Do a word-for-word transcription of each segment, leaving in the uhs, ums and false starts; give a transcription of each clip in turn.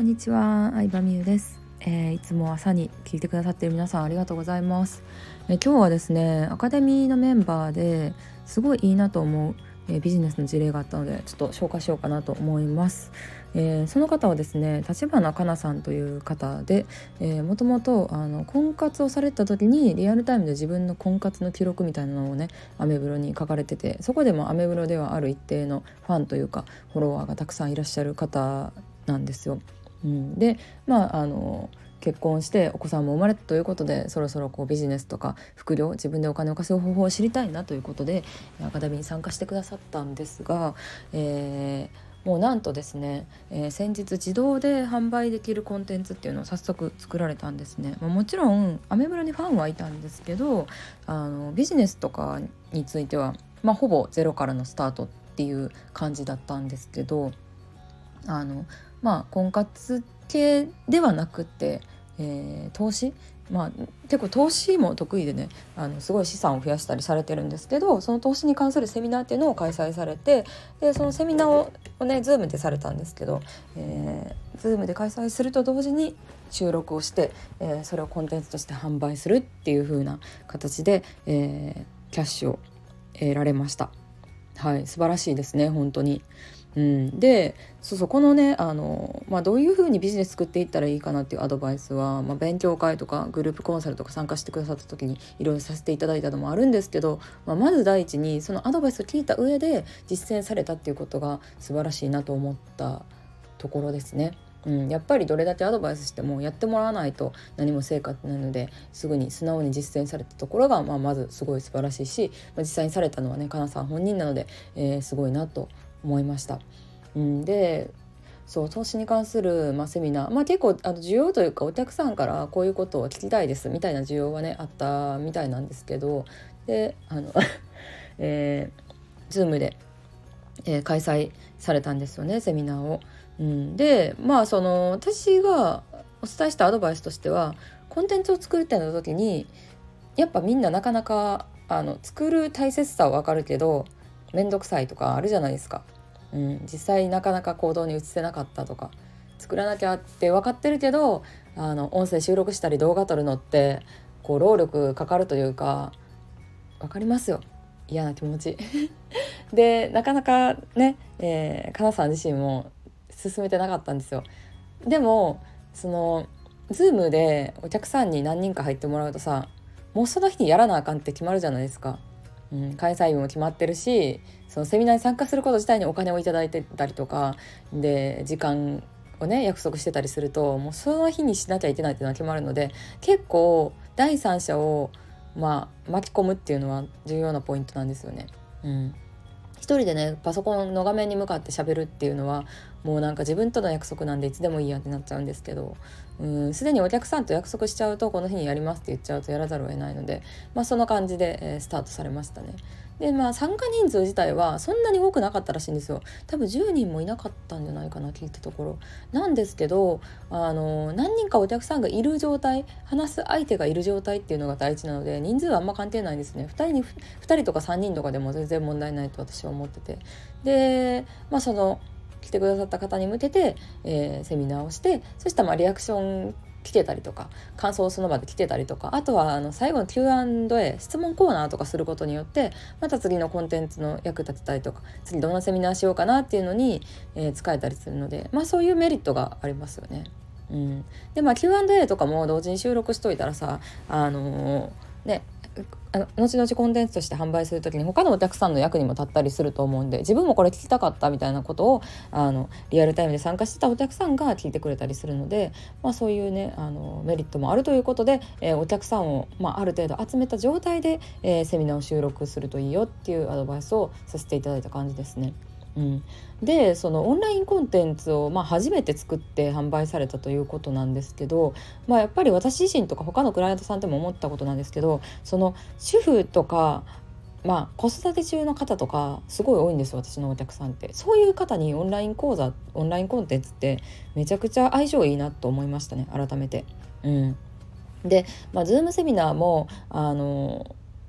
にちは、相葉美優です。えー、いつも朝に聞いてくださっている皆さんありがとうございます。えー、今日はですね、アカデミーのメンバーですごいいいなと思う、えービジネスの事例があったのでちょっと紹介しようかなと思います。えー、その方はですね、立花香奈さんという方で、えー、もともとあの婚活をされた時にリアルタイムで自分の婚活の記録みたいなのをねアメブロに書かれてて、そこでもアメブロではある一定のファンというかフォロワーがたくさんいらっしゃる方なんですよ。うん、でまああの結婚してお子さんも生まれたということで、そろそろこうビジネスとか副業、自分でお金を稼ぐ方法を知りたいなということでアカデミーに参加してくださったんですが、えーもうなんとですね、えー先日自動で販売できるコンテンツっていうのを早速作られたんですね。まあ、もちろんアメブロにファンはいたんですけど、あのビジネスとかについては、まあ、ほぼゼロからのスタートっていう感じだったんですけど、あのまあ婚活系ではなくて、えー投資、まあ、結構投資も得意でね、あのすごい資産を増やしたりされてるんですけど、その投資に関するセミナーっていうのを開催されて、でそのセミナーを、をね Zoom でされたんですけど、えー、Zoom で開催すると同時に収録をして、えーそれをコンテンツとして販売するっていう風な形で、えーキャッシュを得られました。はい、素晴らしいですね本当に。うん、でそうそうこのねあの、まあ、どういうふうにビジネス作っていったらいいかなっていうアドバイスは、まあ、勉強会とかグループコンサルとか参加してくださった時にいろいろさせていただいたのもあるんですけど、まあ、まず第一にそのアドバイスを聞いた上で実践されたっていうことが素晴らしいなと思ったところですね。うん、やっぱりどれだけアドバイスしてもやってもらわないと何も成果なので、すぐに素直に実践されたところが、まあ、まずすごい素晴らしいし、まあ、実際にされたのはねかなさん本人なので、えーすごいなと思いました。うん、でそう投資に関する、まあ、セミナー、まあ、結構あの需要というかお客さんからこういうことを聞きたいですみたいな需要はねあったみたいなんですけど、であの、えー、Zoom で、えー開催されたんですよねセミナーを。うん、でまあその私がお伝えしたアドバイスとしては、コンテンツを作るってなった時にやっぱみんななかなかあの作る大切さは分かるけどめんどくさいとかあるじゃないですか。うん、実際なかなか行動に移せなかったとか、作らなきゃって分かってるけど、あの音声収録したり動画撮るのってこう労力かかるというか、分かりますよ、嫌な気持ちでなかなかね、えー、かなさん自身も進めてなかったんですよ。でもその Zoom でお客さんに何人か入ってもらうとさ、もうその日にやらなあかんって決まるじゃないですか。うん、開催日も決まってるし、そのセミナーに参加すること自体にお金をいただいてたりとかで、時間をね約束してたりすると、もうその日にしなきゃいけないっていうのは決まるので、結構第三者をまあ巻き込むっていうのは重要なポイントなんですよね。うん一人でねパソコンの画面に向かって喋るっていうのはもうなんか自分との約束なんでいつでもいいやってなっちゃうんですけど、うんすでにお客さんと約束しちゃうと、この日にやりますって言っちゃうとやらざるを得ないので、まあ、その感じで、えースタートされましたね。でまあ参加人数自体はそんなに多くなかったらしいんですよ。多分じゅうにんもいなかったんじゃないかな、聞いたところなんですけど、あの何人かお客さんがいる状態、話す相手がいる状態っていうのが大事なので、人数はあんま関係ないんですね。ふたりにふたりとかさんにんとかでも全然問題ないと私は思ってて、でまあその来てくださった方に向けて、えーセミナーをして、そしたらまあリアクション来てたりとか、感想をその場で来てたりとか、あとはあの最後の キューアンドエー 質問コーナーとかすることによって、また次のコンテンツの役立てたりとか、次どんなセミナーしようかなっていうのに、えー使えたりするので、まあそういうメリットがありますよね。うん、でまあ キューアンドエー とかも同時に収録しといたらさ、あのーねあの後々コンテンツとして販売するときに他のお客さんの役にも立ったりすると思うんで、自分もこれ聞きたかったみたいなことをあのリアルタイムで参加してたお客さんが聞いてくれたりするので、まあ、そういうねあのメリットもあるということで、えーお客さんを、まあ、ある程度集めた状態で、えーセミナーを収録するといいよっていうアドバイスをさせていただいた感じですね。うん、でそのオンラインコンテンツを、まあ、初めて作って販売されたということなんですけど、まあ、やっぱり私自身とか他のクライアントさんでも思ったことなんですけど、その主婦とか、まあ、子育て中の方とかすごい多いんですよ、私のお客さんって。そういう方にオンライン講座、オンラインコンテンツってめちゃくちゃ相性いいなと思いましたね、改めて。うんで、まあ、ズームセミナーもあの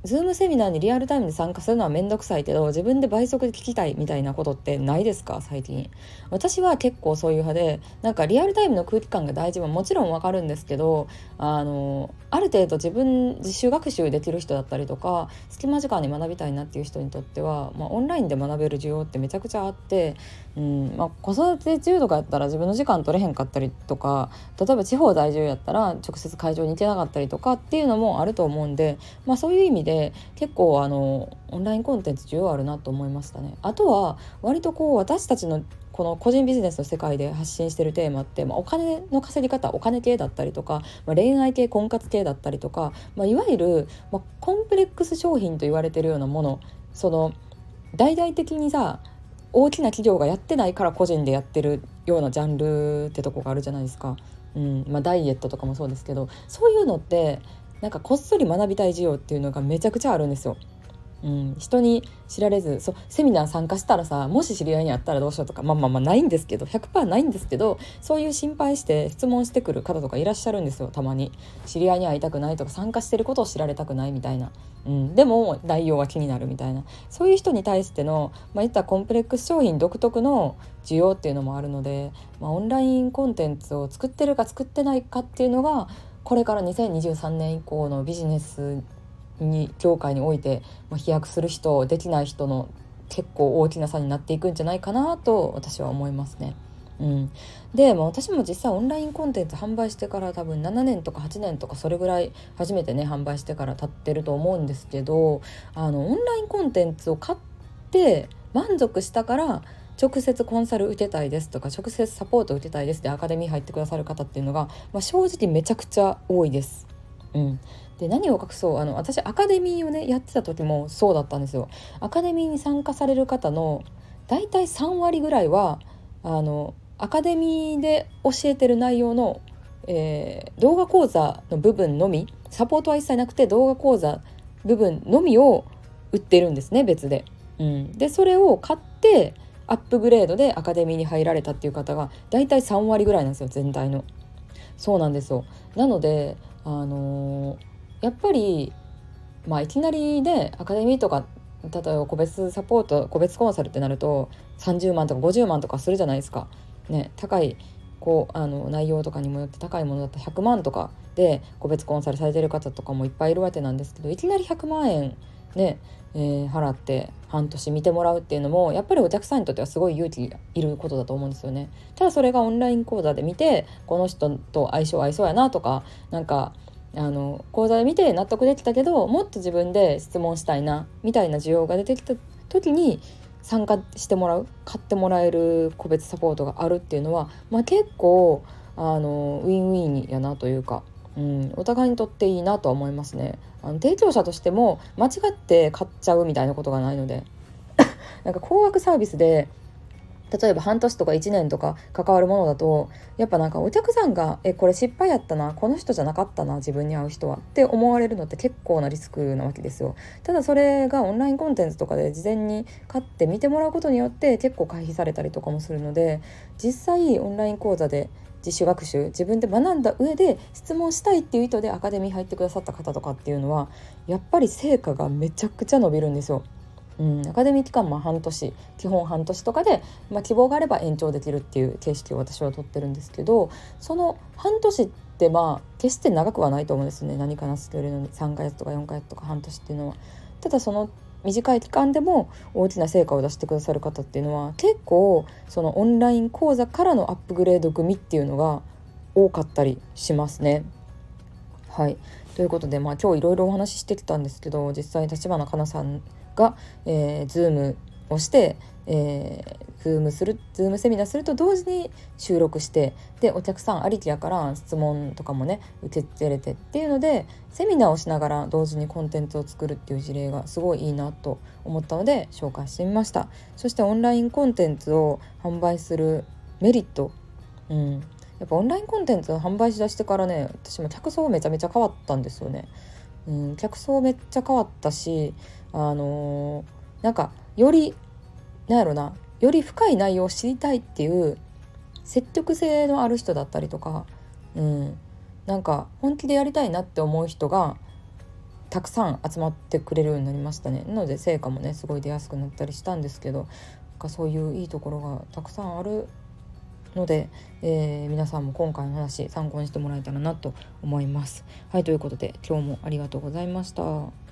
ズームセミナーにリアルタイムで参加するのはめんどくさいけど自分で倍速で聞きたいみたいなことってないですか最近。私は結構そういう派で、なんかリアルタイムの空気感が大事はもちろんわかるんですけど、あのある程度自分自主学習できる人だったりとか隙間時間に学びたいなっていう人にとっては、まあ、オンラインで学べる需要ってめちゃくちゃあって、うんまあ、子育て中とかやったら自分の時間取れへんかったりとか、例えば地方在住やったら直接会場に行けなかったりとかっていうのもあると思うんで、まあ、そういう意味で結構あのオンラインコンテンツ需要あるなと思いましたね。あとは割とこう私たちのこの個人ビジネスの世界で発信してるテーマって、まあ、お金の稼ぎ方、お金系だったりとか、まあ、恋愛系、婚活系だったりとか、まあ、いわゆる、まあ、コンプレックス商品と言われてるようなもの、その大々的にさ大きな企業がやってないから個人でやってるようなジャンルってとこがあるじゃないですか。うんまあ、ダイエットとかもそうですけど、そういうのってなんかこっそり学びたい需要っていうのがめちゃくちゃあるんですよ。うん、人に知られず、そうセミナー参加したらさ、もし知り合いに会ったらどうしようとか、まあまあまあないんですけど ひゃくパーセント ないんですけど、そういう心配して質問してくる方とかいらっしゃるんですよ。たまに知り合いに会いたくないとか、参加してることを知られたくないみたいな、うん、でも内容は気になるみたいな、そういう人に対しての、まあ、いったコンプレックス商品独特の需要っていうのもあるので、まあ、オンラインコンテンツを作ってるか作ってないかっていうのがこれからにせんにじゅうさんねん以降のビジネスに業界において、まあ、飛躍する人できない人の結構大きな差になっていくんじゃないかなと私は思いますね。うん、で、まあ、私も実際オンラインコンテンツ販売してから多分ななねんとかはちねんとかそれぐらい初めてね販売してから経ってると思うんですけど、あのオンラインコンテンツを買って満足したから直接コンサル受けたいですとか直接サポート受けたいですでアカデミー入ってくださる方っていうのが、まあ、正直めちゃくちゃ多いです。うん、で何を隠そう、あの私アカデミーをねやってた時もそうだったんですよ。アカデミーに参加される方のだいたいさんわりぐらいはあのアカデミーで教えてる内容の、えー動画講座の部分のみ、サポートは一切なくて動画講座部分のみを売ってるんですね、別で。うん、でそれを買ってアップグレードでアカデミーに入られたっていう方がだいたいさんわりぐらいなんですよ、全体の。そうなんですよ。なのであのーやっぱり、まあ、いきなりでアカデミーとか例えば個別サポート個別コンサルってなるとさんじゅうまんとかごじゅうまんとかするじゃないですか、ね、高いこうあの内容とかにもよって高いものだったらひゃくまんとかで個別コンサルされてる方とかもいっぱいいるわけなんですけど、いきなりひゃくまんえんね、えー払って半年見てもらうっていうのもやっぱりお客さんにとってはすごい勇気いることだと思うんですよね。ただそれがオンライン講座で見てこの人と相性合いそうやなとか、なんかあの講座で見て納得できたけどもっと自分で質問したいなみたいな需要が出てきた時に参加してもらう、買ってもらえる個別サポートがあるっていうのは、まあ、結構あのウィンウィンやなというか、うん、お互いにとっていいなとは思いますね。あの提供者としても間違って買っちゃうみたいなことがないので、なんか高額サービスで例えば半年とかいちねんとか関わるものだとやっぱなんかお客さんがえこれ失敗やったな、この人じゃなかったな自分に合う人はって思われるのって結構なリスクなわけですよ。ただそれがオンラインコンテンツとかで事前に買って見てもらうことによって結構回避されたりとかもするので、実際オンライン講座で自主学習自分で学んだ上で質問したいっていう意図でアカデミー入ってくださった方とかっていうのはやっぱり成果がめちゃくちゃ伸びるんですよ。うん、アカデミー期間も半年、基本半年とかで、まあ、希望があれば延長できるっていう形式を私は取ってるんですけど、その半年ってまあ決して長くはないと思うんですね。何かなすけるのにさんかげつとかよんかげつとか半年っていうのは。ただその短い期間でも大きな成果を出してくださる方っていうのは結構そのオンライン講座からのアップグレード組っていうのが多かったりしますね。はい、ということで、まあ、今日いろいろお話ししてきたんですけど、実際立花かなさんが、えー、ズームをして、えー、ズームするズームセミナーすると同時に収録して、でお客さんありきやから質問とかもね受け付けれてっていうのでセミナーをしながら同時にコンテンツを作るっていう事例がすごいいいなと思ったので紹介してみました。そしてオンラインコンテンツを販売するメリット、うんやっぱオンラインコンテンツを販売しだしてからね、私も客層めちゃめちゃ変わったんですよね。うん、客層めっちゃ変わったし、あのー、なんかよりなんやろな、より深い内容を知りたいっていう積極性のある人だったりとか、うん、なんか本気でやりたいなって思う人がたくさん集まってくれるようになりましたね。なので成果もねすごい出やすくなったりしたんですけど、なんかそういういいところがたくさんあるので、えー、皆さんも今回の話参考にしてもらえたらなと思います。はい、ということで今日もありがとうございました。